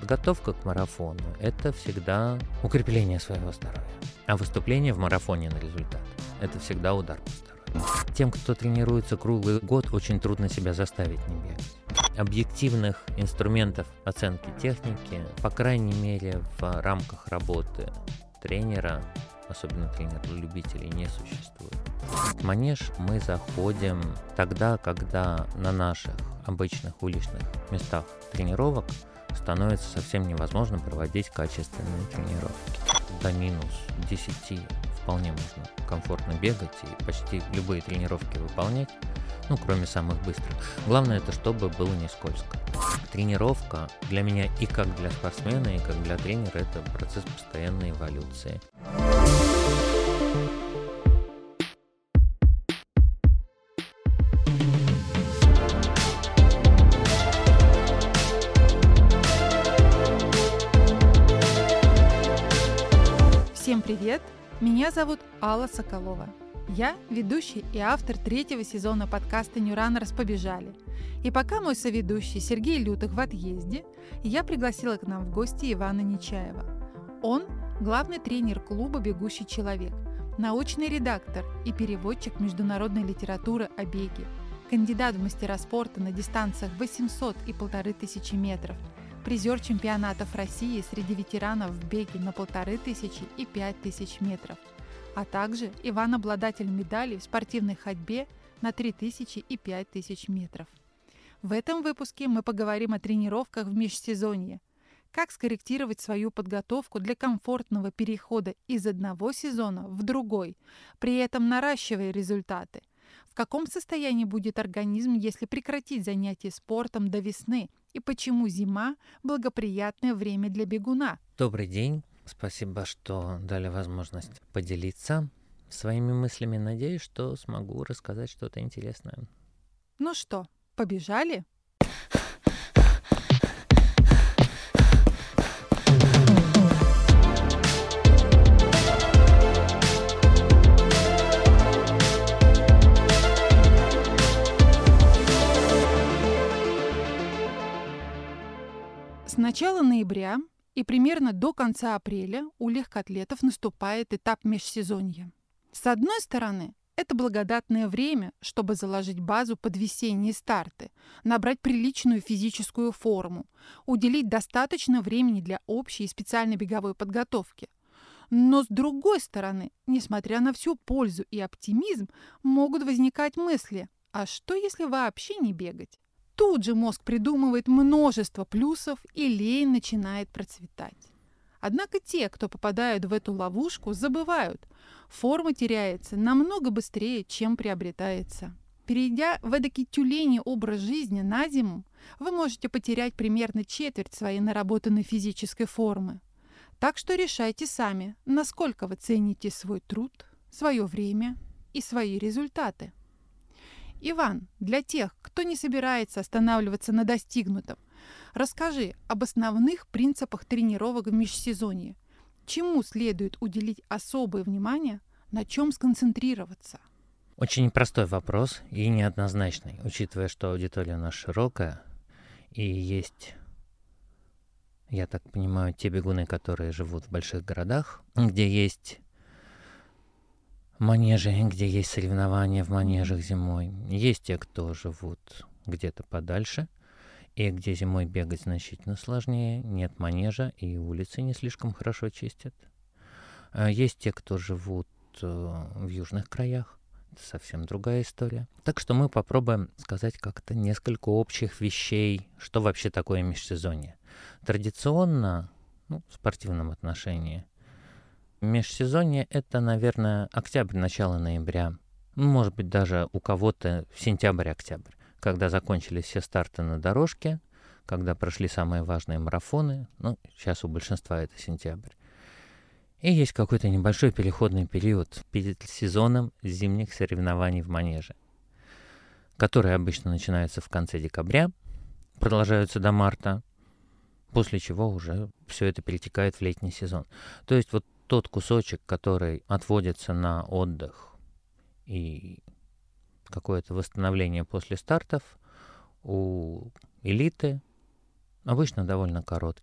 Подготовка к марафону – это всегда укрепление своего здоровья. А выступление в марафоне на результат – это всегда удар по здоровью. Тем, кто тренируется круглый год, очень трудно себя заставить не бегать. Объективных инструментов оценки техники, по крайней мере, в рамках работы тренера, особенно тренера-любителей, не существует. В манеж мы заходим тогда, когда на наших обычных уличных местах тренировок становится совсем невозможно проводить качественные тренировки. До минус 10 вполне можно комфортно бегать и почти любые тренировки выполнять, кроме самых быстрых. Главное, это чтобы было не скользко. Тренировка для меня и как для спортсмена, и как для тренера – это процесс постоянной эволюции. Всем привет! Меня зовут Алла Соколова. Я ведущий и автор 3-го сезона подкаста New Runners «Побежали». И пока мой соведущий Сергей Лютых в отъезде, я пригласила к нам в гости Ивана Нечаева. Он – главный тренер клуба «Бегущий человек», научный редактор и переводчик международной литературы о беге, кандидат в мастера спорта на дистанциях 800 и 1500 метров, призер чемпионатов России среди ветеранов в беге на 1500 и 5000 метров, а также Иван обладатель медалей в спортивной ходьбе на 3000 и 5000 метров. В этом выпуске мы поговорим о тренировках в межсезонье, как скорректировать свою подготовку для комфортного перехода из одного сезона в другой, при этом наращивая результаты. В каком состоянии будет организм, если прекратить занятия спортом до весны, и почему зима – благоприятное время для бегуна? Добрый день, спасибо, что дали возможность поделиться своими мыслями. Надеюсь, что смогу рассказать что-то интересное. Ну что, побежали? С начала ноября и примерно до конца апреля у легкоатлетов наступает этап межсезонья. С одной стороны, это благодатное время, чтобы заложить базу под весенние старты, набрать приличную физическую форму, уделить достаточно времени для общей и специальной беговой подготовки. Но с другой стороны, несмотря на всю пользу и оптимизм, могут возникать мысли: а что если вообще не бегать? Тут же мозг придумывает множество плюсов, и лень начинает процветать. Однако те, кто попадают в эту ловушку, забывают: форма теряется намного быстрее, чем приобретается. Перейдя в эдакий тюленей образ жизни на зиму, вы можете потерять примерно четверть своей наработанной физической формы. Так что решайте сами, насколько вы цените свой труд, свое время и свои результаты. Иван, для тех, кто не собирается останавливаться на достигнутом, расскажи об основных принципах тренировок в межсезонье. Чему следует уделить особое внимание, на чем сконцентрироваться? Очень простой вопрос и неоднозначный, учитывая, что аудитория у нас широкая, и есть, я так понимаю, те бегуны, которые живут в больших городах, где есть манежи, где есть соревнования в манежах зимой. Есть те, кто живут где-то подальше, и где зимой бегать значительно сложнее, нет манежа, и улицы не слишком хорошо чистят. Есть те, кто живут в южных краях, это совсем другая история. Так что мы попробуем сказать как-то несколько общих вещей, что вообще такое межсезонье. Традиционно, в спортивном отношении, межсезонье – это, наверное, октябрь, начало ноября. Может быть, даже у кого-то сентябрь-октябрь, когда закончились все старты на дорожке, когда прошли самые важные марафоны. Сейчас у большинства это сентябрь. И есть какой-то небольшой переходный период перед сезоном зимних соревнований в манеже, которые обычно начинаются в конце декабря, продолжаются до марта, после чего уже все это перетекает в летний сезон. То есть вот тот кусочек, который отводится на отдых и какое-то восстановление после стартов, у элиты обычно довольно короткий.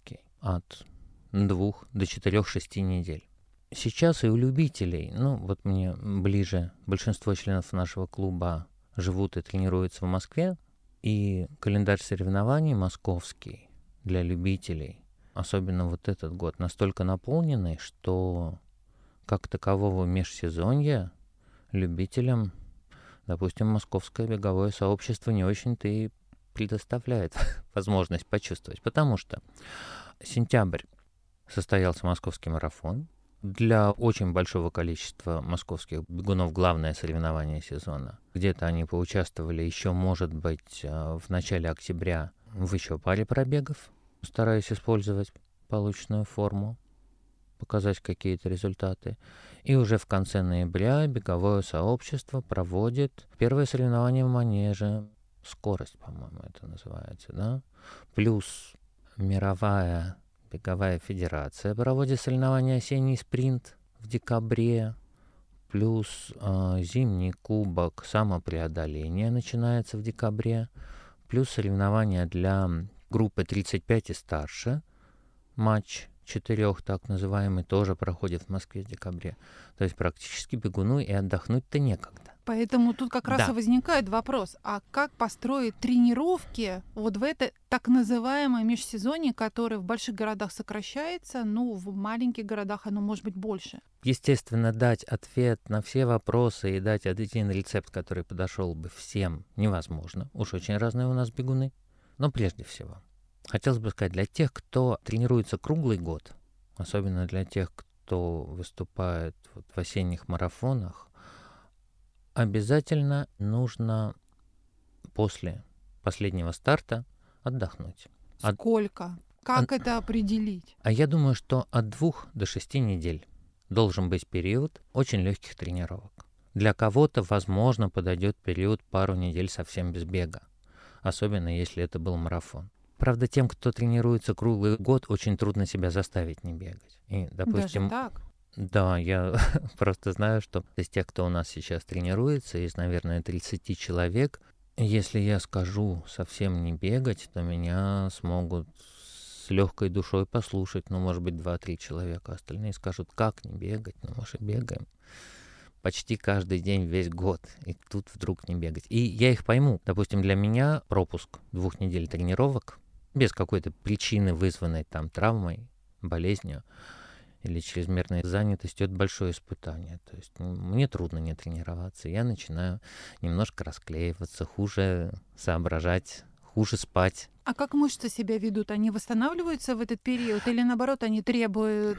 от 2 до 4-6 недель. Сейчас и у любителей, вот мне ближе, большинство членов нашего клуба живут и тренируются в Москве, и календарь соревнований московский для любителей, особенно вот этот год, настолько наполненный, что как такового межсезонья любителям, допустим, московское беговое сообщество не очень-то и предоставляет возможность почувствовать, потому что сентябрь состоялся московский марафон. Для очень большого количества московских бегунов главное соревнование сезона. Где-то они поучаствовали еще, может быть, в начале октября в еще паре пробегов, стараясь использовать полученную форму, показать какие-то результаты. И уже в конце ноября беговое сообщество проводит первое соревнование в манеже. Скорость, по-моему, это называется, да? Плюс мировая беговая федерация проводит соревнования «Осенний спринт» в декабре, плюс зимний кубок самопреодоления начинается в декабре, плюс соревнования для группы 35 и старше, матч 4 так называемый, тоже проходит в Москве в декабре. То есть практически бегуну и отдохнуть-то некогда. Поэтому тут как раз и возникает вопрос, а как построить тренировки вот в это так называемое межсезонье, которое в больших городах сокращается, в маленьких городах оно может быть больше? Естественно, дать ответ на все вопросы и дать один рецепт, который подошел бы всем, невозможно. Уж очень разные у нас бегуны. Но прежде всего, хотелось бы сказать, для тех, кто тренируется круглый год, особенно для тех, кто выступает в осенних марафонах, обязательно нужно после последнего старта отдохнуть. Сколько? Как это определить? А я думаю, что от 2 до 6 недель должен быть период очень легких тренировок. Для кого-то, возможно, подойдет период пару недель совсем без бега, особенно если это был марафон. Правда, тем, кто тренируется круглый год, очень трудно себя заставить не бегать. И, допустим, даже так? Да, я просто знаю, что из тех, кто у нас сейчас тренируется, из, наверное, 30 человек, если я скажу совсем не бегать, то меня смогут с легкой душой послушать, может быть, 2-3 человека. Остальные скажут, как не бегать, мы же бегаем почти каждый день весь год, и тут вдруг не бегать. И я их пойму. Допустим, для меня пропуск 2 недель тренировок без какой-то причины, вызванной там травмой, болезнью, или чрезмерной занятостью, это большое испытание. То есть мне трудно не тренироваться. Я начинаю немножко расклеиваться, хуже соображать, хуже спать. А как мышцы себя ведут? Они восстанавливаются в этот период или, наоборот, они требуют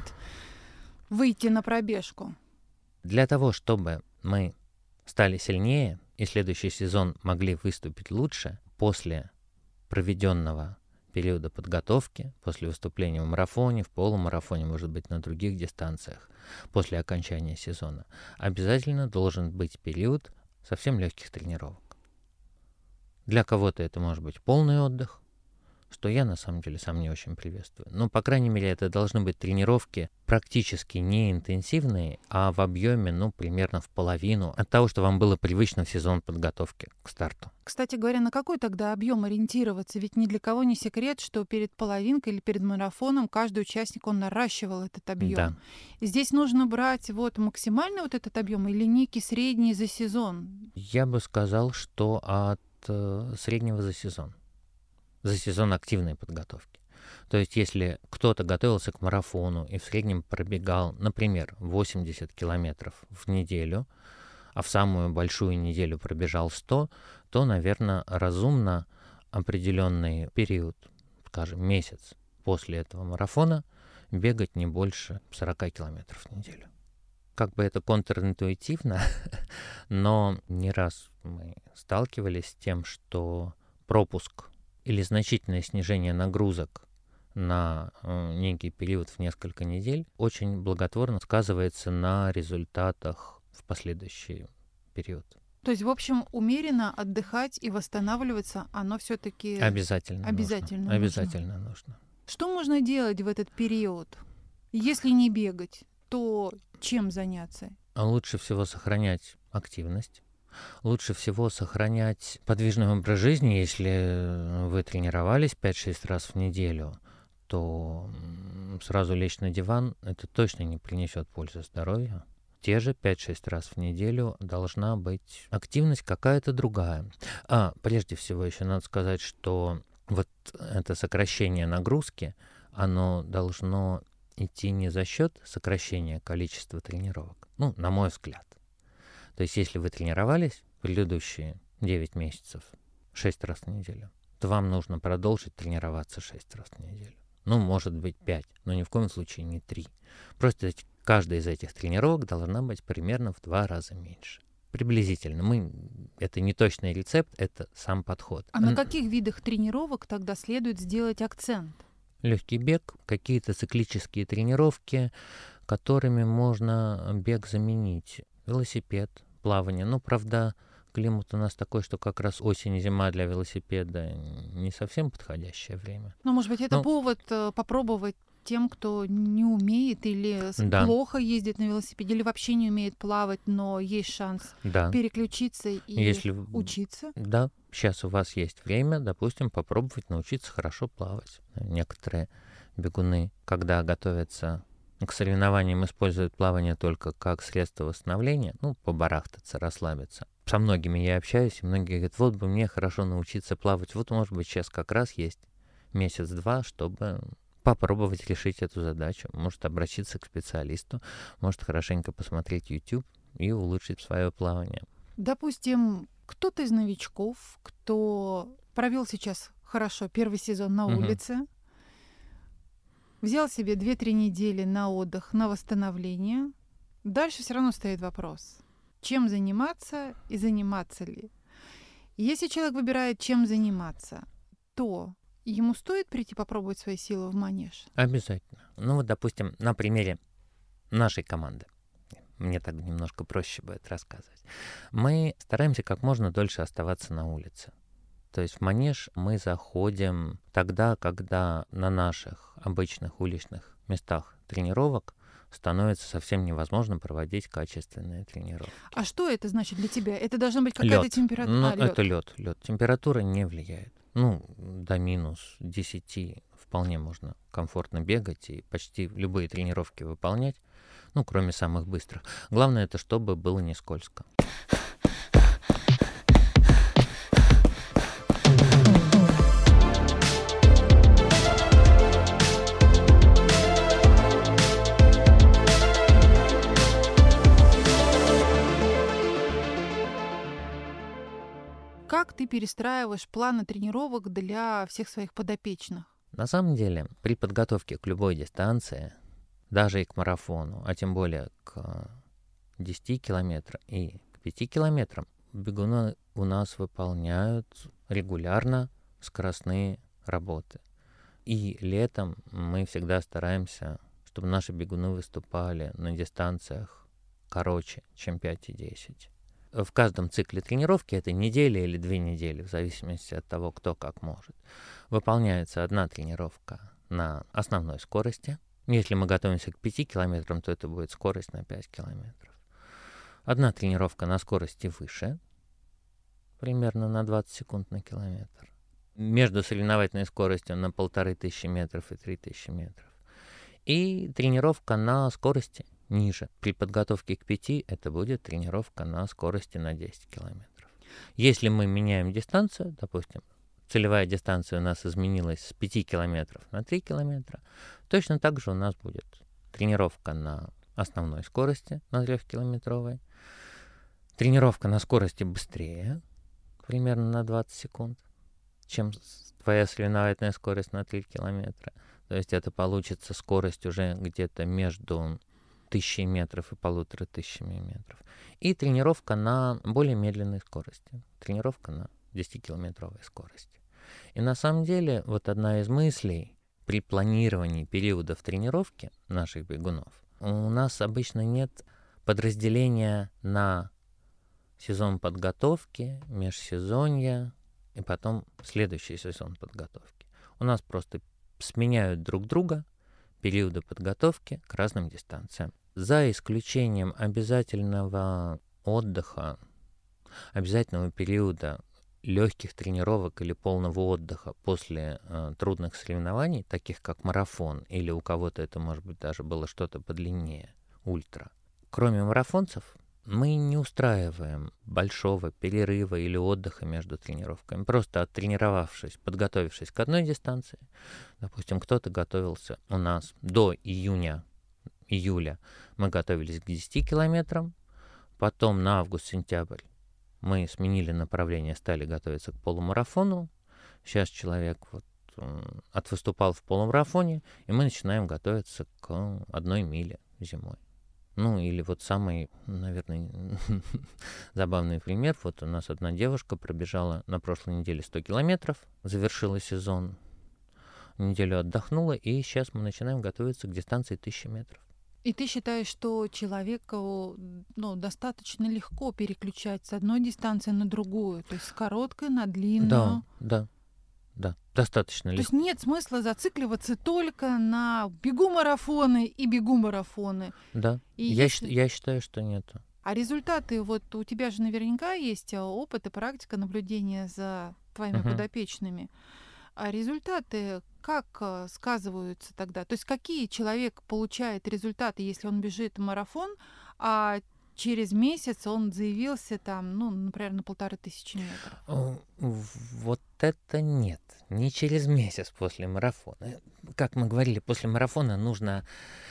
выйти на пробежку? Для того, чтобы мы стали сильнее и следующий сезон могли выступить лучше, после проведенного периода подготовки, после выступления в марафоне, в полумарафоне, может быть, на других дистанциях, после окончания сезона, обязательно должен быть период совсем легких тренировок. Для кого-то это может быть полный отдых, что я на самом деле сам не очень приветствую. По крайней мере, это должны быть тренировки практически не интенсивные, а в объеме, примерно в половину от того, что вам было привычно в сезон подготовки к старту. Кстати говоря, на какой тогда объем ориентироваться? Ведь ни для кого не секрет, что перед половинкой или перед марафоном каждый участник, он наращивал этот объем. Да. И здесь нужно брать максимальный этот объем или некий средний за сезон? Я бы сказал, что от среднего за сезон активной подготовки. То есть, если кто-то готовился к марафону и в среднем пробегал, например, 80 километров в неделю, а в самую большую неделю пробежал 100, то, наверное, разумно определенный период, скажем, месяц после этого марафона, бегать не больше 40 километров в неделю. Как бы это контринтуитивно, но не раз мы сталкивались с тем, что пропуск или значительное снижение нагрузок на некий период в несколько недель очень благотворно сказывается на результатах в последующий период. То есть, в общем, умеренно отдыхать и восстанавливаться, оно все-таки обязательно нужно. Что можно делать в этот период? Если не бегать, то чем заняться? Лучше всего сохранять активность. Лучше всего сохранять подвижный образ жизни. Если вы тренировались 5-6 раз в неделю, то сразу лечь на диван, это точно не принесет пользы здоровью. Те же 5-6 раз в неделю должна быть активность какая-то другая. Прежде всего еще надо сказать, что вот это сокращение нагрузки, оно должно идти не за счет сокращения количества тренировок, на мой взгляд. То есть если вы тренировались предыдущие 9 месяцев 6 раз в неделю, то вам нужно продолжить тренироваться 6 раз в неделю. Может быть 5, но ни в коем случае не 3. Просто каждая из этих тренировок должна быть примерно в 2 раза меньше. Приблизительно. Это не точный рецепт, это сам подход. А на каких видах тренировок тогда следует сделать акцент? Легкий бег, какие-то циклические тренировки, которыми можно бег заменить. Велосипед, плавание. Правда, климат у нас такой, что как раз осень и зима для велосипеда не совсем подходящее время. Может быть, это повод попробовать тем, кто не умеет или плохо ездит на велосипеде, или вообще не умеет плавать, но есть шанс переключиться и учиться. Да, сейчас у вас есть время, допустим, попробовать научиться хорошо плавать. Некоторые бегуны, когда готовятся к соревнованиям, используют плавание только как средство восстановления, побарахтаться, расслабиться. Со многими я общаюсь, и многие говорят, вот бы мне хорошо научиться плавать. Может быть, сейчас как раз есть месяц-два, чтобы попробовать решить эту задачу. Может обратиться к специалисту, может хорошенько посмотреть YouTube и улучшить свое плавание. Допустим, кто-то из новичков, кто провел сейчас хорошо первый сезон на улице, взял себе 2-3 недели на отдых, на восстановление. Дальше все равно стоит вопрос, чем заниматься и заниматься ли. Если человек выбирает, чем заниматься, то ему стоит прийти попробовать свои силы в манеж? Обязательно. Допустим, на примере нашей команды. Мне так немножко проще будет рассказывать. Мы стараемся как можно дольше оставаться на улице. То есть в манеж мы заходим тогда, когда на наших обычных уличных местах тренировок становится совсем невозможно проводить качественные тренировки. А что это значит для тебя? Это должна быть какая-то температура? Это лед. Температура не влияет. До минус 10 вполне можно комфортно бегать и почти любые тренировки выполнять, кроме самых быстрых. Главное, это чтобы было не скользко. Как ты перестраиваешь планы тренировок для всех своих подопечных? На самом деле, при подготовке к любой дистанции, даже и к марафону, а тем более к 10 километрам и к 5 километрам, бегуны у нас выполняют регулярно скоростные работы. И летом мы всегда стараемся, чтобы наши бегуны выступали на дистанциях короче, чем 5 и 10. В каждом цикле тренировки, это неделя или 2 недели, в зависимости от того, кто как может, выполняется одна тренировка на основной скорости. Если мы готовимся к 5 километрам, то это будет скорость на 5 километров. Одна тренировка на скорости выше, примерно на 20 секунд на километр. Между соревновательной скоростью на 1500 метров и 3000 метров. И тренировка на скорости ниже. При подготовке к 5 это будет тренировка на скорости на 10 километров. Если мы меняем дистанцию, допустим, целевая дистанция у нас изменилась с 5 километров на 3 километра, точно так же у нас будет тренировка на основной скорости, на 3-километровой, тренировка на скорости быстрее, примерно на 20 секунд, чем твоя соревновательная скорость на 3 километра. То есть это получится скорость уже где-то между 1000 метров и 1500 метров. И тренировка на более медленной скорости. Тренировка на 10-километровой скорости. И на самом деле, вот одна из мыслей при планировании периодов тренировки наших бегунов, у нас обычно нет подразделения на сезон подготовки, межсезонье и потом следующий сезон подготовки. У нас просто сменяют друг друга периоды подготовки к разным дистанциям. За исключением обязательного отдыха, обязательного периода легких тренировок или полного отдыха после трудных соревнований, таких как марафон, или у кого-то это, может быть, даже было что-то подлиннее, ультра. Кроме марафонцев, мы не устраиваем большого перерыва или отдыха между тренировками. Просто оттренировавшись, подготовившись к одной дистанции, допустим, кто-то готовился у нас до июля, мы готовились к 10 километрам, потом на август-сентябрь мы сменили направление, стали готовиться к полумарафону. Сейчас человек отвыступал в полумарафоне, и мы начинаем готовиться к 1 миле зимой. Ну, или вот самый, наверное, забавный пример. Вот у нас одна девушка пробежала на прошлой неделе 100 километров, завершила сезон, неделю отдохнула, и сейчас мы начинаем готовиться к дистанции 1000 метров. И ты считаешь, что человеку достаточно легко переключать с одной дистанции на другую, то есть с короткой на длинную? Да, достаточно легко. То есть нет смысла зацикливаться только на бегу марафоны и бегу марафоны. Да, я считаю, что нет. А результаты, вот у тебя же наверняка есть опыт и практика наблюдения за твоими подопечными. А результаты как сказываются тогда? То есть какие человек получает результаты, если он бежит марафон, а через месяц он заявился там, например, на 1500 метров? Вот это нет. Не через месяц после марафона. Как мы говорили, после марафона нужно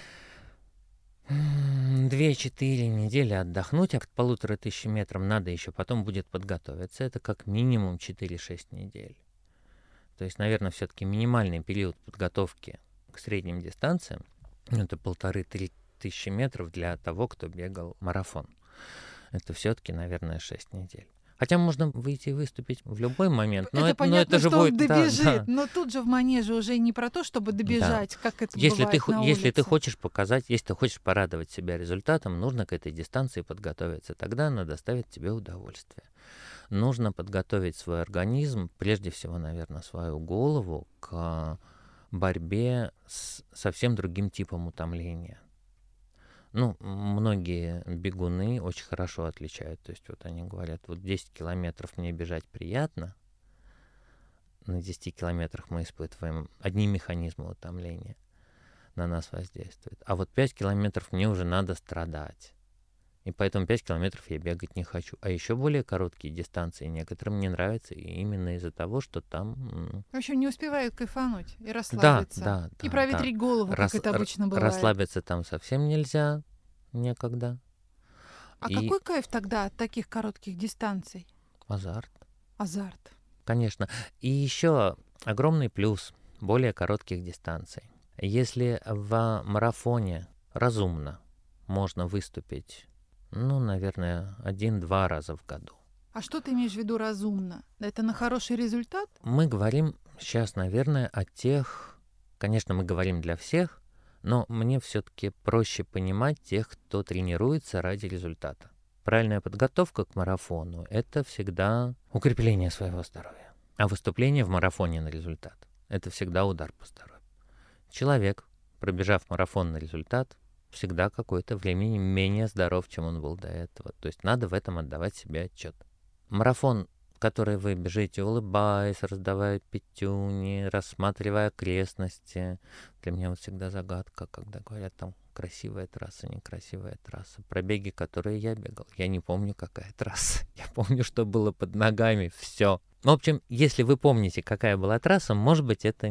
2-4 недели отдохнуть, а к 1500 метрам надо еще потом будет подготовиться. Это как минимум 4-6 недель. То есть, наверное, все-таки минимальный период подготовки к средним дистанциям — это 1500-3000 метров для того, кто бегал марафон. Это все-таки, наверное, 6 недель. Хотя можно выйти и выступить в любой момент, но это понятно, это же что будет... он добежит, но тут же в манеже уже не про то, чтобы добежать, как это бывает на улице. Если ты хочешь показать, если ты хочешь порадовать себя результатом, нужно к этой дистанции подготовиться. Тогда она доставит тебе удовольствие. Нужно подготовить свой организм, прежде всего, наверное, свою голову к борьбе с совсем другим типом утомления. Многие бегуны очень хорошо отличают. То есть вот они говорят, 10 километров мне бежать приятно, на 10 километрах мы испытываем одни механизмы утомления, на нас воздействуют. А вот 5 километров мне уже надо страдать. И поэтому 5 километров я бегать не хочу. А еще более короткие дистанции некоторым не нравятся именно из-за того, что там... В общем, не успевают кайфануть и расслабиться. Да. И проветрить голову, как это обычно бывает. Расслабиться там совсем нельзя, некогда. А какой кайф тогда от таких коротких дистанций? Азарт. Конечно. И еще огромный плюс более коротких дистанций. Если в марафоне разумно можно выступить, наверное, 1-2 раза в году. А что ты имеешь в виду разумно? Это на хороший результат? Мы говорим сейчас, наверное, о тех... Конечно, мы говорим для всех, но мне все-таки проще понимать тех, кто тренируется ради результата. Правильная подготовка к марафону — это всегда укрепление своего здоровья. А выступление в марафоне на результат — это всегда удар по здоровью. Человек, пробежав марафон на результат, всегда какое-то время менее здоров, чем он был до этого. То есть надо в этом отдавать себе отчет. Марафон, который вы бежите, улыбаясь, раздавая пятюни, рассматривая окрестности. Для меня всегда загадка, когда говорят там красивая трасса, некрасивая трасса. Пробеги, которые я бегал, я не помню, какая трасса. Я помню, что было под ногами, все. В общем, если вы помните, какая была трасса, может быть, это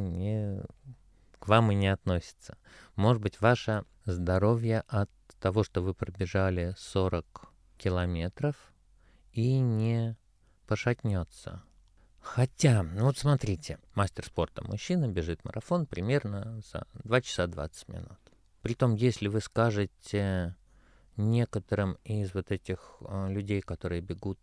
к вам и не относится. Может быть, ваше здоровье от того, что вы пробежали 40 километров, и не пошатнется. Хотя, смотрите, мастер спорта мужчина бежит марафон примерно за 2 часа 20 минут. Притом, если вы скажете некоторым из вот этих людей, которые бегут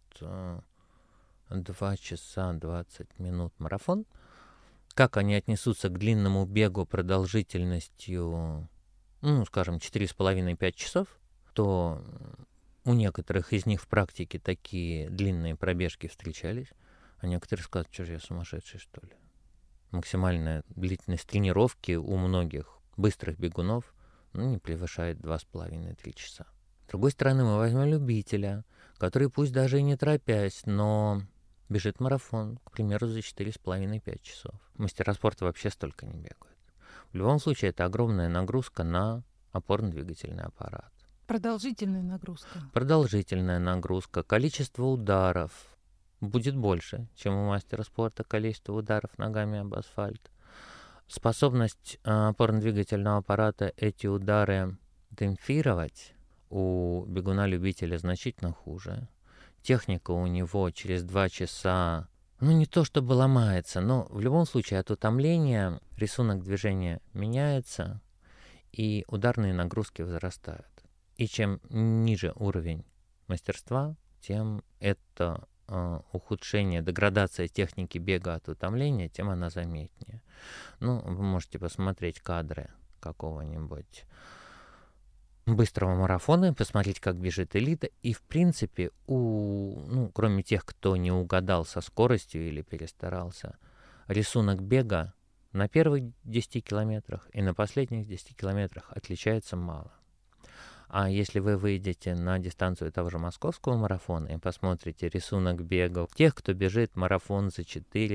2 часа 20 минут марафон, как они отнесутся к длинному бегу продолжительностью, скажем, 4,5-5 часов, то у некоторых из них в практике такие длинные пробежки встречались, а некоторые скажут, что же я сумасшедший, что ли. Максимальная длительность тренировки у многих быстрых бегунов не превышает 2,5-3 часа. С другой стороны, мы возьмем любителя, который пусть даже и не торопясь, но бежит марафон, к примеру, за 4,5-5 часов. Мастера спорта вообще столько не бегают. В любом случае, это огромная нагрузка на опорно-двигательный аппарат. Продолжительная нагрузка. Продолжительная нагрузка, количество ударов будет больше, чем у мастера спорта, количество ударов ногами об асфальт. Способность опорно-двигательного аппарата эти удары демпфировать у бегуна-любителя значительно хуже. Техника у него через 2 часа, не то чтобы ломается, но в любом случае от утомления рисунок движения меняется, и ударные нагрузки возрастают. И чем ниже уровень мастерства, тем это ухудшение, деградация техники бега от утомления, тем она заметнее. Вы можете посмотреть кадры какого-нибудь быстрого марафона, посмотреть, как бежит элита, и в принципе, кроме тех, кто не угадал со скоростью или перестарался, рисунок бега на первых 10 километрах и на последних 10 километрах отличается мало. А если вы выйдете на дистанцию того же московского марафона и посмотрите рисунок бега тех, кто бежит марафон за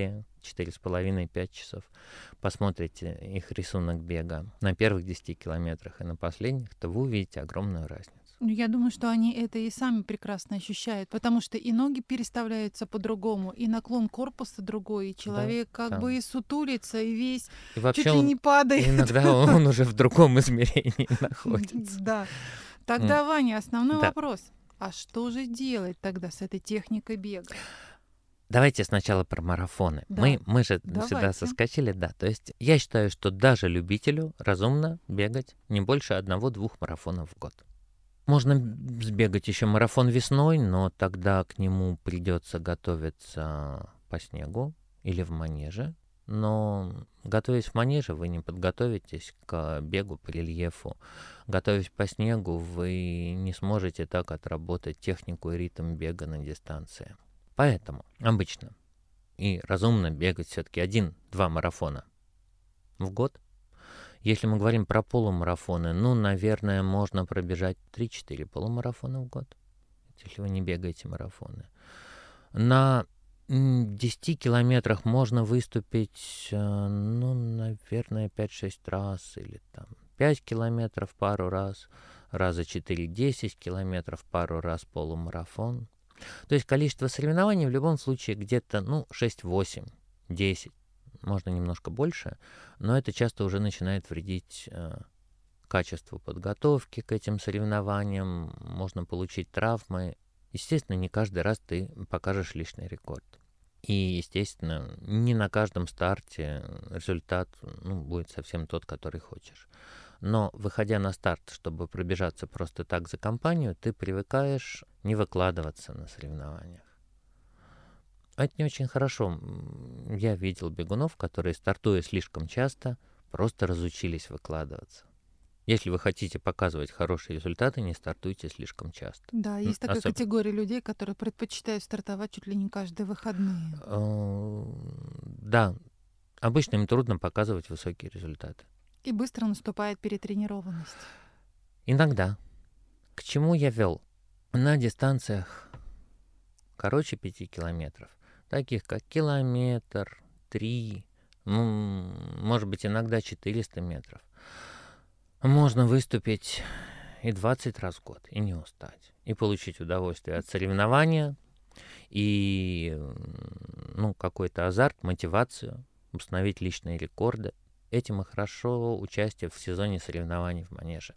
4,5-5 часов, посмотрите их рисунок бега на первых 10 километрах и на последних, то вы увидите огромную разницу. Я думаю, что они это и сами прекрасно ощущают, потому что и ноги переставляются по-другому, и наклон корпуса другой, и человек бы и сутулится, и весь и вообще чуть ли не падает. Иногда он уже в другом измерении находится. Да. Тогда, Ваня, основной вопрос. А что же делать тогда с этой техникой бега? Давайте сначала про марафоны. Да. Мы же сюда соскочили, да. То есть я считаю, что даже любителю разумно бегать не больше 1-2 марафонов в год. Можно сбегать еще марафон весной, но тогда к нему придется готовиться по снегу или в манеже. Но готовясь в манеже, вы не подготовитесь к бегу по рельефу. Готовясь по снегу, вы не сможете так отработать технику и ритм бега на дистанции. Поэтому обычно и разумно бегать все-таки 1-2 марафона в год. Если мы говорим про полумарафоны, наверное, можно пробежать 3-4 полумарафона в год, если вы не бегаете марафоны. На 10 километрах можно выступить, наверное, 5-6 раз, или 5 километров пару раз, раза 4-10 километров пару раз полумарафон. То есть количество соревнований в любом случае где-то 6-8, 10. Можно немножко больше, но это часто уже начинает вредить качеству подготовки к этим соревнованиям, можно получить травмы. Естественно, не каждый раз ты покажешь личный рекорд. И, естественно, не на каждом старте результат будет совсем тот, который хочешь. Но, выходя на старт, чтобы пробежаться просто так за компанию, ты привыкаешь не выкладываться на соревнованиях. Это не очень хорошо. Я видел бегунов, которые, стартуя слишком часто, просто разучились выкладываться. Если вы хотите показывать хорошие результаты, не стартуйте слишком часто. Да, есть такая категория людей, которые предпочитают стартовать чуть ли не каждые выходные. Да, обычно им трудно показывать высокие результаты. И быстро наступает перетренированность. Иногда. К чему я вел? На дистанциях короче 5 километров, таких как километр, 3, может быть, иногда 400 метров, можно выступить и 20 раз в год, и не устать, и получить удовольствие от соревнования, и какой-то азарт, мотивацию, установить личные рекорды. Этим и хорошо участие в сезоне соревнований в манеже.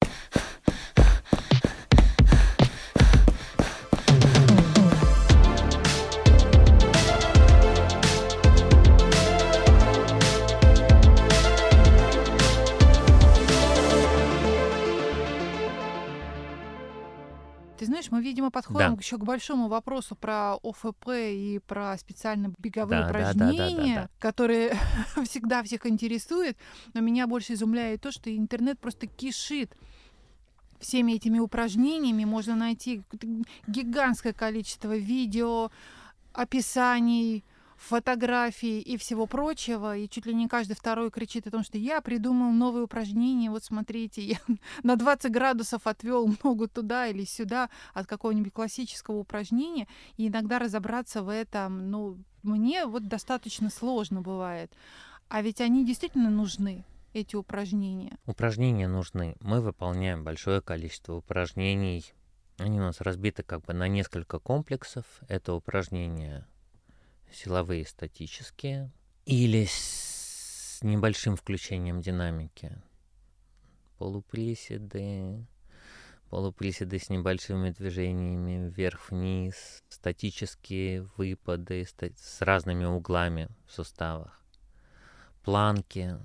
Ты знаешь, мы, видимо, подходим еще к большому вопросу про ОФП и про специально беговые упражнения, которые всегда всех интересуют. Но меня больше изумляет то, что интернет просто кишит всеми этими упражнениями. Можно найти гигантское количество видео, описаний, фотографий и всего прочего, и чуть ли не каждый второй кричит о том, что я придумал новые упражнения, вот смотрите, я на 20 градусов отвел ногу туда или сюда от какого-нибудь классического упражнения, и иногда разобраться в этом, ну, мне вот достаточно сложно бывает. А ведь они действительно нужны, эти упражнения. Упражнения нужны. Мы выполняем большое количество упражнений. Они у нас разбиты как бы на несколько комплексов. Это упражнения силовые, статические или с небольшим включением динамики. Полуприседы с небольшими движениями вверх-вниз, статические выпады с разными углами в суставах. Планки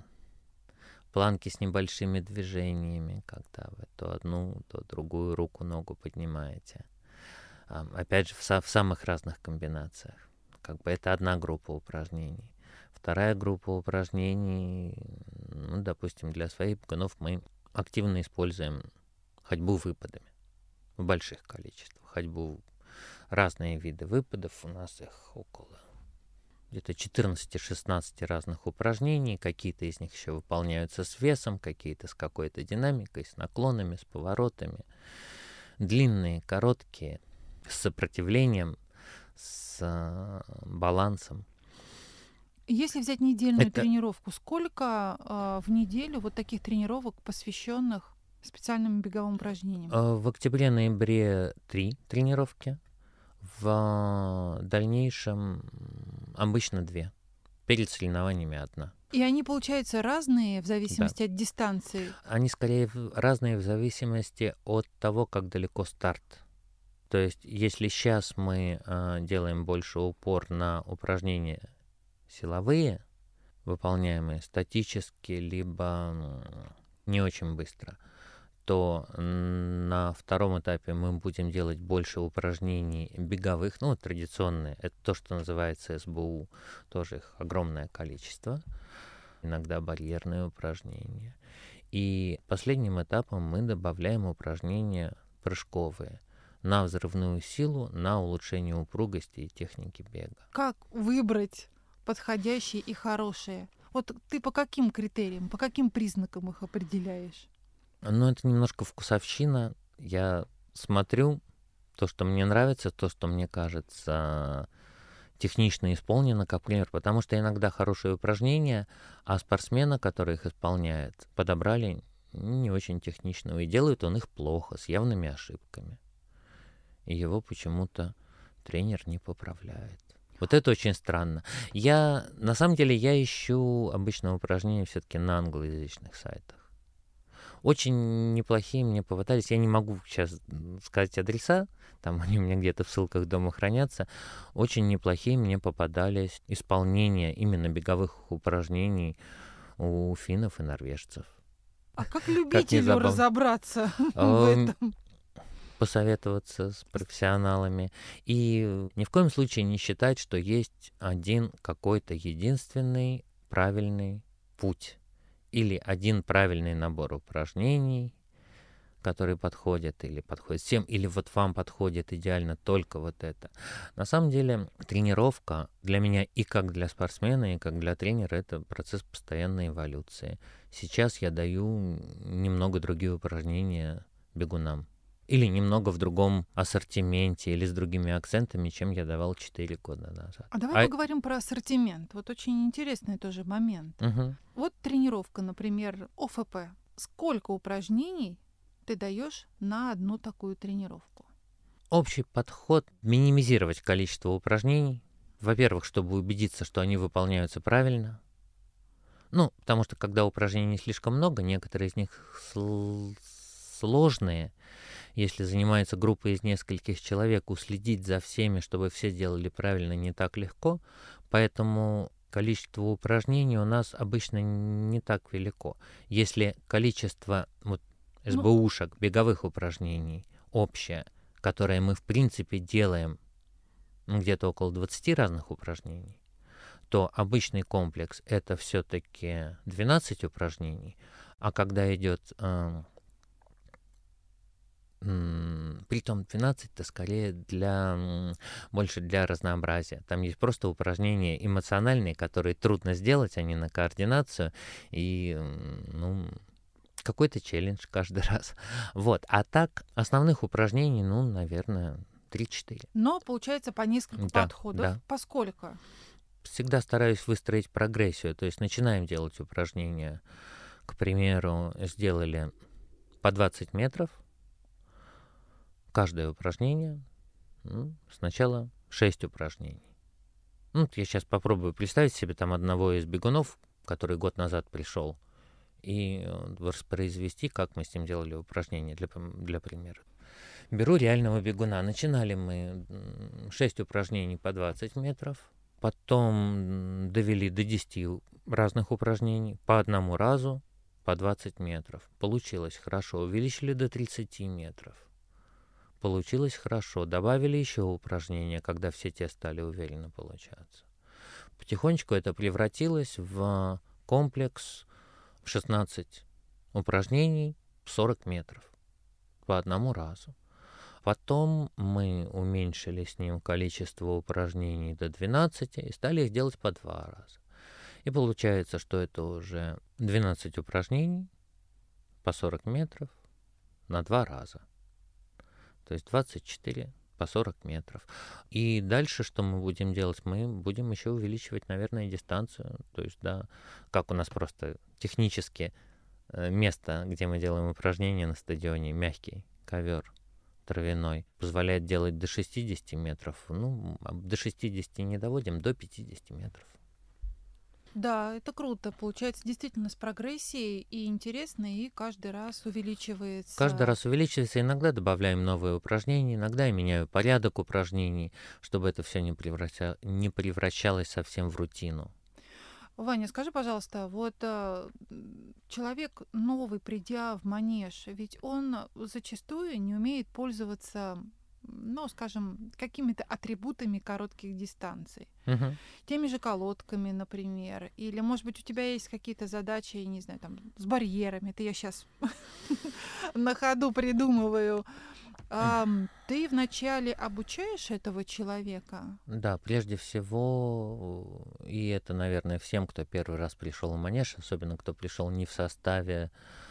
с небольшими движениями, когда вы то одну, то другую руку, ногу поднимаете. Опять же, в самых разных комбинациях. Как бы это одна группа упражнений. Вторая группа упражнений, ну, допустим, для своих бегунов мы активно используем ходьбу выпадами в больших количествах. Ходьбу, разные виды выпадов, у нас их около где-то 14-16 разных упражнений. Какие-то из них еще выполняются с весом, какие-то с какой-то динамикой, с наклонами, с поворотами. Длинные, короткие, с сопротивлением, с балансом. Если взять недельную тренировку, сколько в неделю вот таких тренировок, посвященных специальным беговым упражнениям? В октябре-ноябре 3 тренировки. В дальнейшем обычно 2. Перед соревнованиями 1. И они, получается, разные в зависимости от дистанции? Они скорее разные в зависимости от того, как далеко старт. То есть, если сейчас мы делаем больше упор на упражнения силовые, выполняемые статически, либо не очень быстро, то на втором этапе мы будем делать больше упражнений беговых, ну, традиционные. Это то, что называется СБУ, тоже их огромное количество. Иногда барьерные упражнения. И последним этапом мы добавляем упражнения прыжковые на взрывную силу, на улучшение упругости и техники бега. Как выбрать подходящие и хорошие? Вот ты по каким критериям, по каким признакам их определяешь? Ну, это немножко вкусовщина. Я смотрю то, что мне нравится, то, что мне кажется технично исполнено, как пример, потому что иногда хорошие упражнения, а спортсмена, который их исполняет, подобрали не очень техничного, и делает он их плохо, с явными ошибками. И его почему-то тренер не поправляет. Вот это очень странно. На самом деле, я ищу обычно упражнения все-таки на англоязычных сайтах. Очень неплохие мне попадались. Я не могу сейчас сказать адреса, там они у меня где-то в ссылках дома хранятся. Очень неплохие мне попадались исполнения именно беговых упражнений у финнов и норвежцев. А как любителю разобраться в этом? Посоветоваться с профессионалами и ни в коем случае не считать, что есть один какой-то единственный правильный путь или один правильный набор упражнений, который подходит или подходит всем, или вот вам подходит идеально только вот это. На самом деле тренировка для меня и как для спортсмена, и как для тренера — это процесс постоянной эволюции. Сейчас я даю немного другие упражнения бегунам. Или немного в другом ассортименте, или с другими акцентами, чем я давал 4 года назад. А давай поговорим про ассортимент. Вот очень интересный тоже момент. Угу. Вот тренировка, например, ОФП. Сколько упражнений ты даешь на одну такую тренировку? Общий подход — минимизировать количество упражнений. Во-первых, чтобы убедиться, что они выполняются правильно. Ну, потому что когда упражнений слишком много, некоторые из них сложные. Если занимается группа из нескольких человек, уследить за всеми, чтобы все делали правильно, не так легко. Поэтому количество упражнений у нас обычно не так велико. Если количество СБУшек, беговых упражнений общее, которое мы в принципе делаем где-то около 20 разных упражнений, то обычный комплекс — это все-таки 12 упражнений, а когда идет Притом 12-то скорее больше для разнообразия. Там есть просто упражнения эмоциональные, которые трудно сделать, они на координацию. И, какой-то челлендж каждый раз. Вот. А так, основных упражнений, наверное, 3-4. Но получается по несколько Да, подходов. да. Поскольку? Всегда стараюсь выстроить прогрессию. То есть начинаем делать упражнения. К примеру, сделали по 20 метров. Каждое упражнение. Сначала 6 упражнений. Я сейчас попробую представить себе там одного из бегунов, который год назад пришел, и воспроизвести, как мы с ним делали упражнения для примера. Беру реального бегуна. Начинали мы 6 упражнений по 20 метров, потом довели до 10 разных упражнений по одному разу по 20 метров. Получилось хорошо. Увеличили до 30 метров. Получилось хорошо. Добавили еще упражнения, когда все те стали уверенно получаться. Потихонечку это превратилось в комплекс в 16 упражнений 40 метров по одному разу. Потом мы уменьшили с ним количество упражнений до 12 и стали их делать по 2 раза. И получается, что это уже 12 упражнений по 40 метров на 2 раза. То есть 24 по 40 метров. И дальше, что мы будем делать? Мы будем еще увеличивать, наверное, дистанцию. То есть, да, как у нас просто технически место, где мы делаем упражнения на стадионе, мягкий ковер травяной, позволяет делать до 60 метров. До 60 не доводим, до 50 метров. Да, это круто. Получается действительно с прогрессией и интересно, и каждый раз увеличивается. Каждый раз увеличивается. Иногда добавляем новые упражнения, иногда я меняю порядок упражнений, чтобы это все не превращалось совсем в рутину. Ваня, скажи, пожалуйста, вот человек новый, придя в манеж, ведь он зачастую не умеет пользоваться, скажем, какими-то атрибутами коротких дистанций. Угу. Теми же колодками, например. Или, может быть, у тебя есть какие-то задачи, я не знаю, там, с барьерами. Это я сейчас на ходу придумываю. Ты вначале обучаешь этого человека? Да, прежде всего, и это, наверное, всем, кто первый раз пришел в манеж, особенно кто пришел не в составе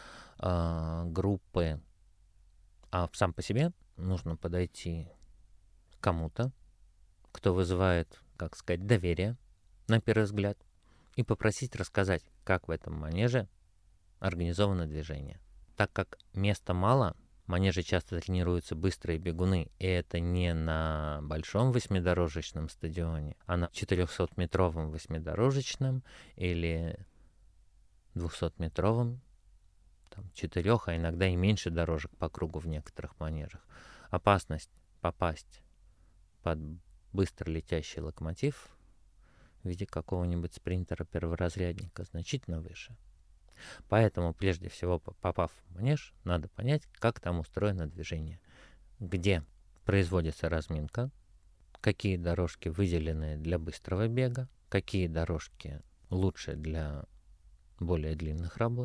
группы, а сам по себе, нужно подойти к кому-то, кто вызывает, как сказать, доверие, на первый взгляд, и попросить рассказать, как в этом манеже организовано движение. Так как места мало, в манеже часто тренируются быстрые бегуны, и это не на большом 8-дорожечном стадионе, а на 400-метровом 8-дорожечном или 200-метровом, 4, а иногда и меньше дорожек по кругу в некоторых манежах. Опасность попасть под быстро летящий локомотив в виде какого-нибудь спринтера-перворазрядника значительно выше. Поэтому, прежде всего, попав в манеж, надо понять, как там устроено движение, где производится разминка, какие дорожки выделены для быстрого бега, какие дорожки лучше для более длинных работ.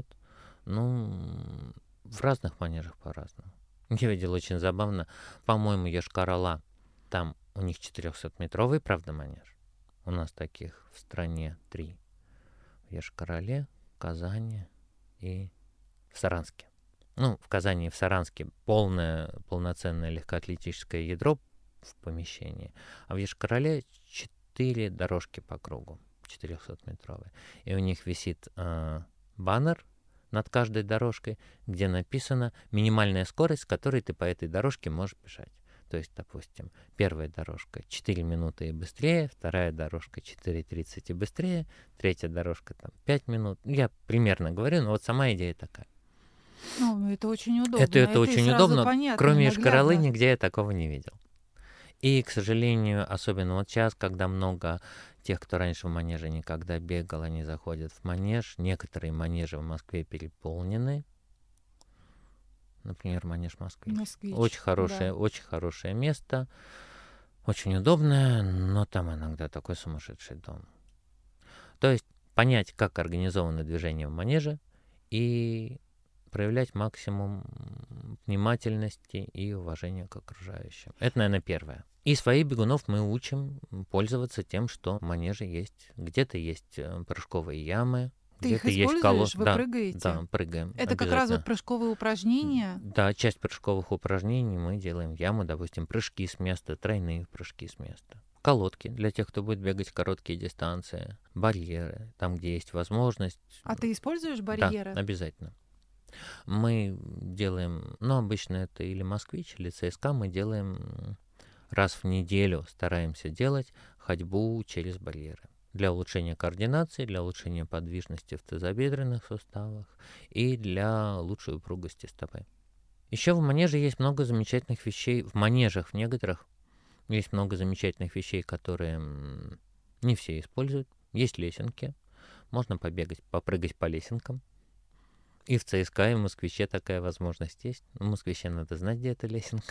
В разных манежах по-разному. Я видел очень забавно, по-моему, Йошкар-Ола, там у них 400-метровый, правда, манеж. У нас таких в стране 3. В Йошкар-Оле, в Казани и в Саранске. В Казани и в Саранске полноценное легкоатлетическое ядро в помещении, а в Йошкар-Оле 4 дорожки по кругу, 400-метровые. И у них висит баннер над каждой дорожкой, где написано минимальная скорость, с которой ты по этой дорожке можешь бежать. То есть, допустим, первая дорожка 4 минуты и быстрее, вторая дорожка 4:30 и быстрее, третья дорожка 5 минут. Я примерно говорю, но вот сама идея такая. Это очень удобно. Это очень удобно. Понятно, кроме Йошкар-Олы нигде я такого не видел. И, к сожалению, особенно вот сейчас, когда много тех, кто раньше в манеже никогда бегал, они заходят в манеж. Некоторые манежи в Москве переполнены. Например, манеж «Москвич». Очень хорошее место, очень удобное, но там иногда такой сумасшедший дом. То есть понять, как организовано движение в манеже и проявлять максимум внимательности и уважения к окружающим. Это, наверное, первое. И своих бегунов мы учим пользоваться тем, что в манеже есть. Где-то есть прыжковые ямы, Ты их где-то есть используешь? Вы Да, прыгаете? да, прыгаем Это как раз вот обязательно. прыжковые упражнения? Да, часть прыжковых упражнений мы делаем в яму, допустим, прыжки с места, тройные прыжки с места. Колодки для тех, кто будет бегать короткие дистанции, барьеры, там, где есть возможность. А ты используешь Да, барьеры? обязательно. Мы делаем, обычно это или «Москвич», или ЦСКА, мы делаем раз в неделю, стараемся делать ходьбу через барьеры. Для улучшения координации, для улучшения подвижности в тазобедренных суставах и для лучшей упругости стопы. Еще в манеже есть много замечательных вещей, в манежах в некоторых есть много замечательных вещей, которые не все используют. Есть лесенки, можно побегать, попрыгать по лесенкам. И в ЦСКА, и в «Москвиче» такая возможность есть. В «Москвиче» надо знать, где эта лесенка.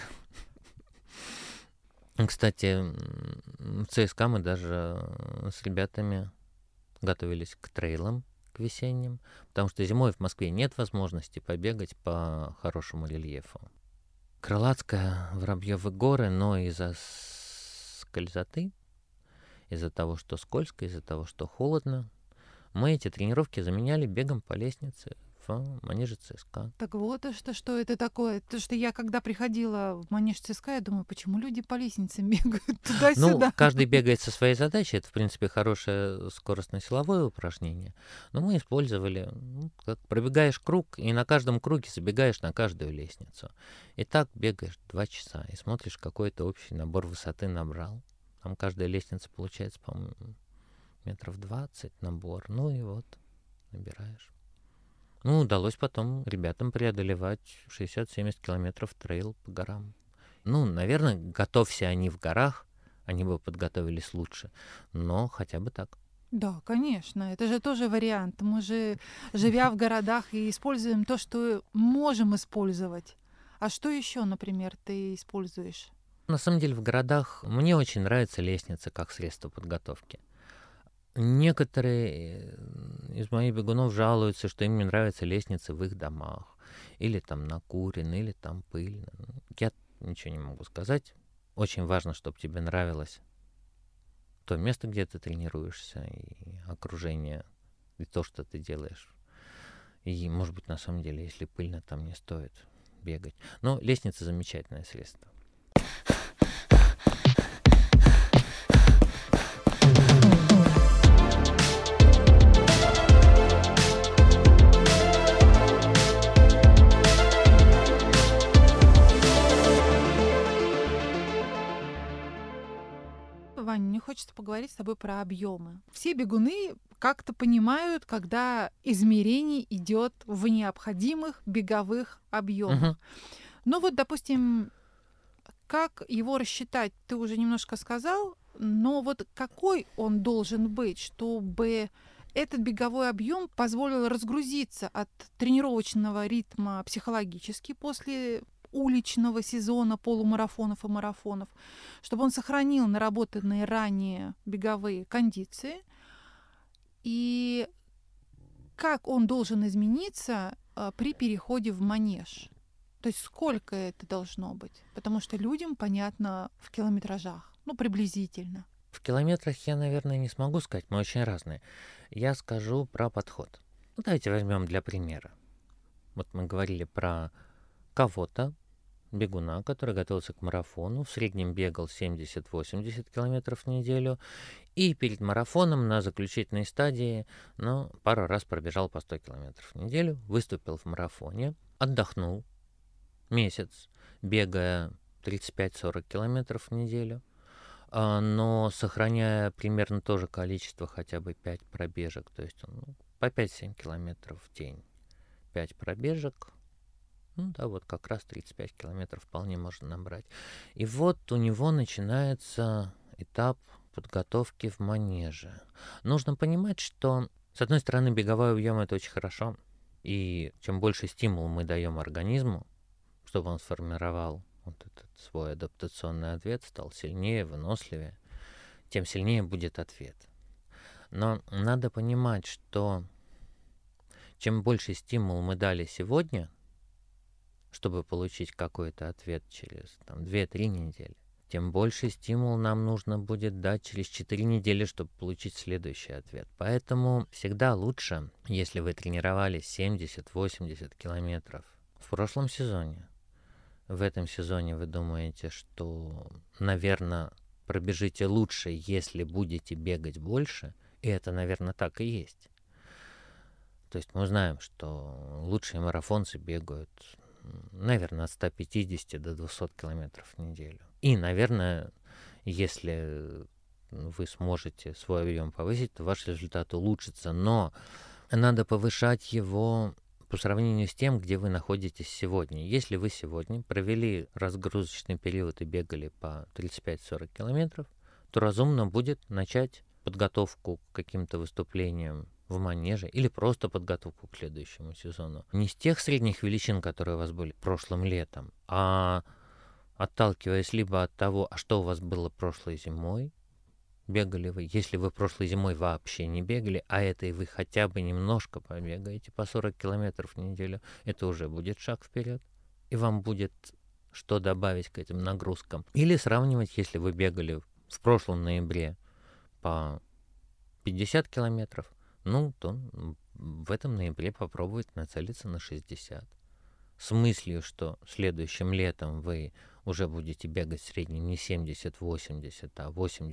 Кстати, в ЦСКА мы даже с ребятами готовились к трейлам, к весенним, потому что зимой в Москве нет возможности побегать по хорошему рельефу. Крылатская, Воробьевы горы, но из-за скользоты, из-за того, что скользко, из-за того, что холодно, мы эти тренировки заменяли бегом по лестнице в манеже ЦСКА. Так вот, что это такое. То, что я когда приходила в манеж ЦСКА, я думаю, почему люди по лестницам бегают туда-сюда? Каждый бегает со своей задачей. Это, в принципе, хорошее скоростно-силовое упражнение. Но мы использовали, как пробегаешь круг, и на каждом круге забегаешь на каждую лестницу. И так бегаешь 2 часа и смотришь, какой то общий набор высоты набрал. Там каждая лестница получается, по-моему, 20 метров набор. И вот, набираешь. Удалось потом ребятам преодолевать 60-70 километров трейл по горам. Наверное, готовься они в горах, они бы подготовились лучше, но хотя бы так. Да, конечно, это же тоже вариант. Мы же, живя в городах, и используем то, что можем использовать. А что еще, например, ты используешь? На самом деле в городах мне очень нравится лестница как средство подготовки. Некоторые из моих бегунов жалуются, что им не нравятся лестницы в их домах. Или там накурено, или там пыльно. Я ничего не могу сказать. Очень важно, чтобы тебе нравилось то место, где ты тренируешься, и окружение, и то, что ты делаешь. И, может быть, на самом деле, если пыльно, там не стоит бегать. Но лестница — замечательное средство. Ваня, мне хочется поговорить с тобой про объемы. Все бегуны как-то понимают, когда измерение идет в необходимых беговых объемах. Но вот, допустим, как его рассчитать, ты уже немножко сказал, но вот какой он должен быть, чтобы этот беговой объем позволил разгрузиться от тренировочного ритма психологически после уличного сезона полумарафонов и марафонов, чтобы он сохранил наработанные ранее беговые кондиции, и как он должен измениться при переходе в манеж. То есть сколько это должно быть? Потому что людям понятно в километражах, приблизительно. В километрах я, наверное, не смогу сказать, мы очень разные. Я скажу про подход. Давайте возьмем для примера. Вот мы говорили про кого-то, бегуна, который готовился к марафону, в среднем бегал 70-80 километров в неделю, и перед марафоном на заключительной стадии, пару раз пробежал по 100 километров в неделю, выступил в марафоне, отдохнул месяц, бегая 35-40 километров в неделю, но сохраняя примерно то же количество, хотя бы 5 пробежек, то есть по 5-7 километров в день. 5 пробежек, вот как раз 35 километров вполне можно набрать. И вот у него начинается этап подготовки в манеже. Нужно понимать, что, с одной стороны, беговой объем — это очень хорошо, и чем больше стимул мы даем организму, чтобы он сформировал вот этот свой адаптационный ответ, стал сильнее, выносливее, тем сильнее будет ответ. Но надо понимать, что чем больше стимул мы дали сегодня, чтобы получить какой-то ответ через 2-3 недели, тем больше стимул нам нужно будет дать через 4 недели, чтобы получить следующий ответ. Поэтому всегда лучше, если вы тренировались 70-80 километров в прошлом сезоне. В этом сезоне вы думаете, что, наверное, пробежите лучше, если будете бегать больше, и это, наверное, так и есть. То есть мы знаем, что лучшие марафонцы бегают, наверное, от 150 до 200 километров в неделю. И, наверное, если вы сможете свой объем повысить, то ваш результат улучшится. Но надо повышать его по сравнению с тем, где вы находитесь сегодня. Если вы сегодня провели разгрузочный период и бегали по 35-40 километров, то разумно будет начать подготовку к каким-то выступлениям в манеже или просто подготовку к следующему сезону. Не с тех средних величин, которые у вас были прошлым летом, а отталкиваясь либо от того, а что у вас было прошлой зимой, бегали вы, если вы прошлой зимой вообще не бегали, а этой вы хотя бы немножко побегаете по 40 километров в неделю, это уже будет шаг вперед, и вам будет что добавить к этим нагрузкам. Или сравнивать, если вы бегали в прошлом ноябре по 50 километров, то в этом ноябре попробовать нацелиться на 60. С мыслью, что следующим летом вы уже будете бегать в среднем не 70-80, а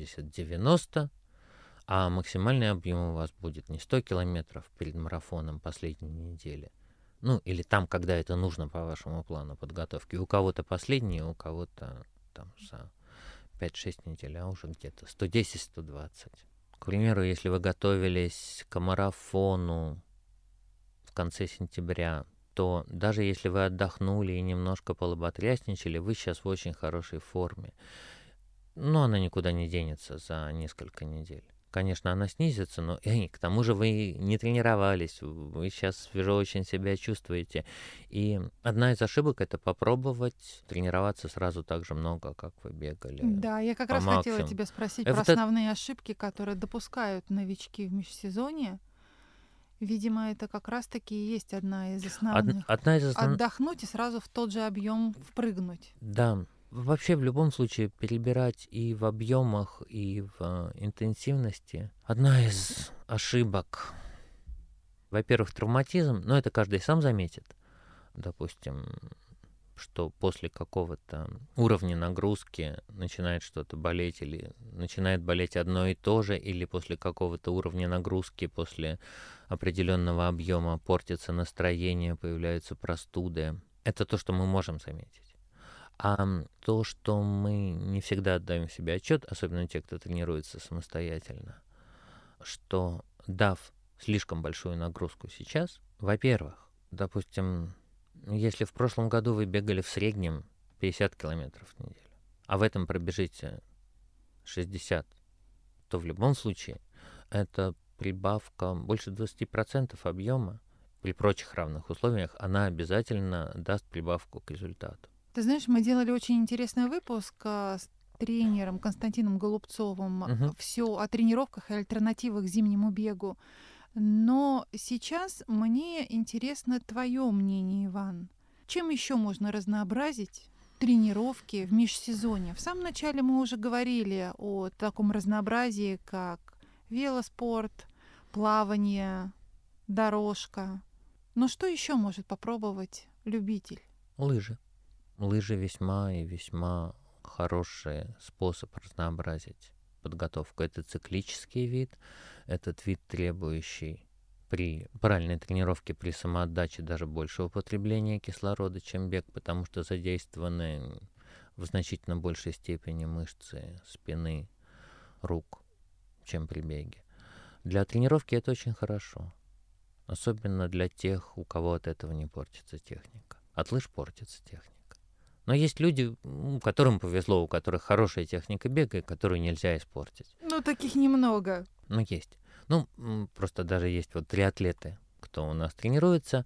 80-90, а максимальный объем у вас будет не 100 километров перед марафоном последней недели, или там, когда это нужно по вашему плану подготовки. У кого-то последний, у кого-то за 5-6 недель, а уже где-то 110-120. К примеру, если вы готовились к марафону в конце сентября, то даже если вы отдохнули и немножко полоботрясничали, вы сейчас в очень хорошей форме. Но она никуда не денется за несколько недель. Конечно, она снизится, но к тому же вы не тренировались, вы сейчас свежо очень себя чувствуете. И одна из ошибок — это попробовать тренироваться сразу так же много, как вы бегали. Да, я как раз хотела тебя спросить про основные ошибки, которые допускают новички в межсезонье. Видимо, это как раз-таки и есть одна из основных. Отдохнуть и сразу в тот же объем впрыгнуть. Да. Вообще, в любом случае, перебирать и в объемах, и в интенсивности. Одна из ошибок. Во-первых, травматизм, но это каждый сам заметит. Допустим, что после какого-то уровня нагрузки начинает что-то болеть, или начинает болеть одно и то же, или после какого-то уровня нагрузки, после определенного объема портится настроение, появляются простуды. Это то, что мы можем заметить. А то, что мы не всегда отдаем себе отчет, особенно те, кто тренируется самостоятельно, что дав слишком большую нагрузку сейчас, во-первых, допустим, если в прошлом году вы бегали в среднем 50 километров в неделю, а в этом пробежите 60, то в любом случае это прибавка больше 20% объема. При прочих равных условиях она обязательно даст прибавку к результату. Ты знаешь, мы делали очень интересный выпуск с тренером Константином Голубцовым все о тренировках и альтернативах зимнему бегу. Но сейчас мне интересно твое мнение, Иван. Чем еще можно разнообразить тренировки в межсезонье? В самом начале мы уже говорили о таком разнообразии, как велоспорт, плавание, дорожка. Но что еще может попробовать любитель? Лыжи. Лыжи весьма и весьма хороший способ разнообразить подготовку. Это циклический вид, этот вид, требующий при правильной тренировке, при самоотдаче даже большего потребления кислорода, чем бег, потому что задействованы в значительно большей степени мышцы спины, рук, чем при беге. Для тренировки это очень хорошо, особенно для тех, у кого от этого не портится техника. От лыж портится техника. Но есть люди, которым повезло, у которых хорошая техника бега, которую нельзя испортить. Таких немного. Есть. Просто даже есть триатлеты, кто у нас тренируется.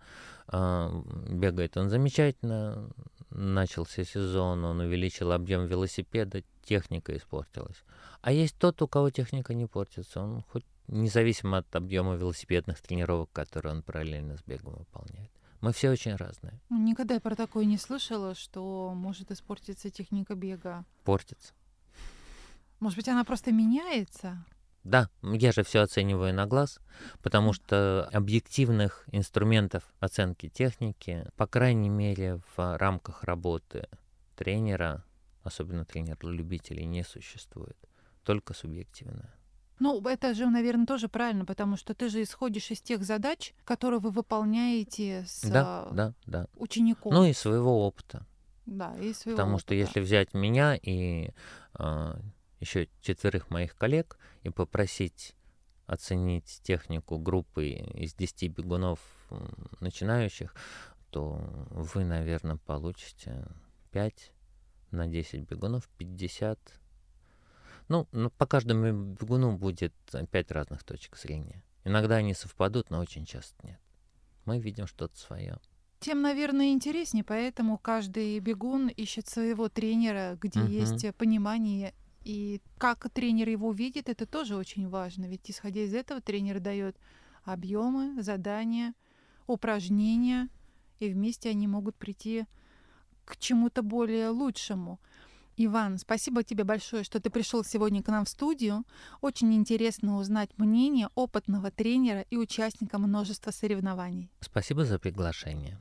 Бегает он замечательно. Начался сезон, он увеличил объем велосипеда, техника испортилась. А есть тот, у кого техника не портится. Он хоть независимо от объема велосипедных тренировок, которые он параллельно с бегом выполняет. Мы все очень разные. Никогда я про такое не слышала, что может испортиться техника бега. Портится. Может быть, она просто меняется? Да, я же все оцениваю на глаз, потому что объективных инструментов оценки техники, по крайней мере, в рамках работы тренера, особенно тренера-любителей, не существует. Только субъективное. Ну, это же, наверное, тоже правильно, потому что ты же исходишь из тех задач, которые вы выполняете с Да. учеником. Ну и своего опыта. Да, и своего Потому опыта. что если взять меня и еще 4 моих коллег и попросить оценить технику группы из 10 бегунов начинающих, то вы, наверное, получите 5 на 10 бегунов, 50. Ну, по каждому бегуну будет 5 разных точек зрения. Иногда они совпадут, но очень часто нет. Мы видим что-то свое. Тем, наверное, интереснее, поэтому каждый бегун ищет своего тренера, где есть понимание. И как тренер его видит, это тоже очень важно. Ведь исходя из этого тренер дает объемы, задания, упражнения, и вместе они могут прийти к чему-то более лучшему. Иван, спасибо тебе большое, что ты пришел сегодня к нам в студию. Очень интересно узнать мнение опытного тренера и участника множества соревнований. Спасибо за приглашение.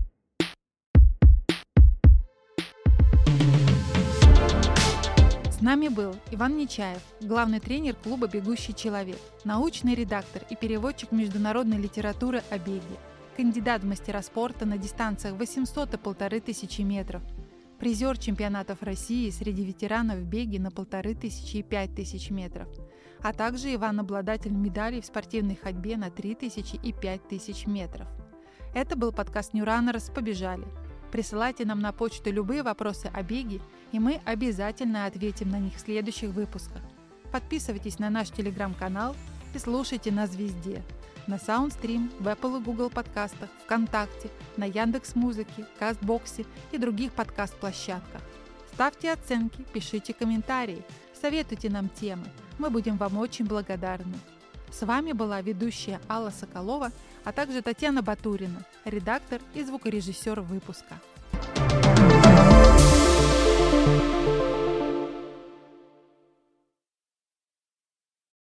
С нами был Иван Нечаев, главный тренер клуба «Бегущий человек», научный редактор и переводчик международной литературы о беге, кандидат в мастера спорта на дистанциях 800 и 1500 метров, призер чемпионатов России среди ветеранов в беге на 1500 и 5000 метров, а также Иван обладатель медалей в спортивной ходьбе на 3000 и 5000 метров. Это был подкаст New Runners «Побежали». Присылайте нам на почту любые вопросы о беге, и мы обязательно ответим на них в следующих выпусках. Подписывайтесь на наш телеграм-канал и слушайте нас везде. На Soundstream, в Apple и Google подкастах, ВКонтакте, на Яндекс.Музыке, Кастбоксе и других подкаст-площадках. Ставьте оценки, пишите комментарии, советуйте нам темы. Мы будем вам очень благодарны. С вами была ведущая Алла Соколова, а также Татьяна Батурина, редактор и звукорежиссер выпуска.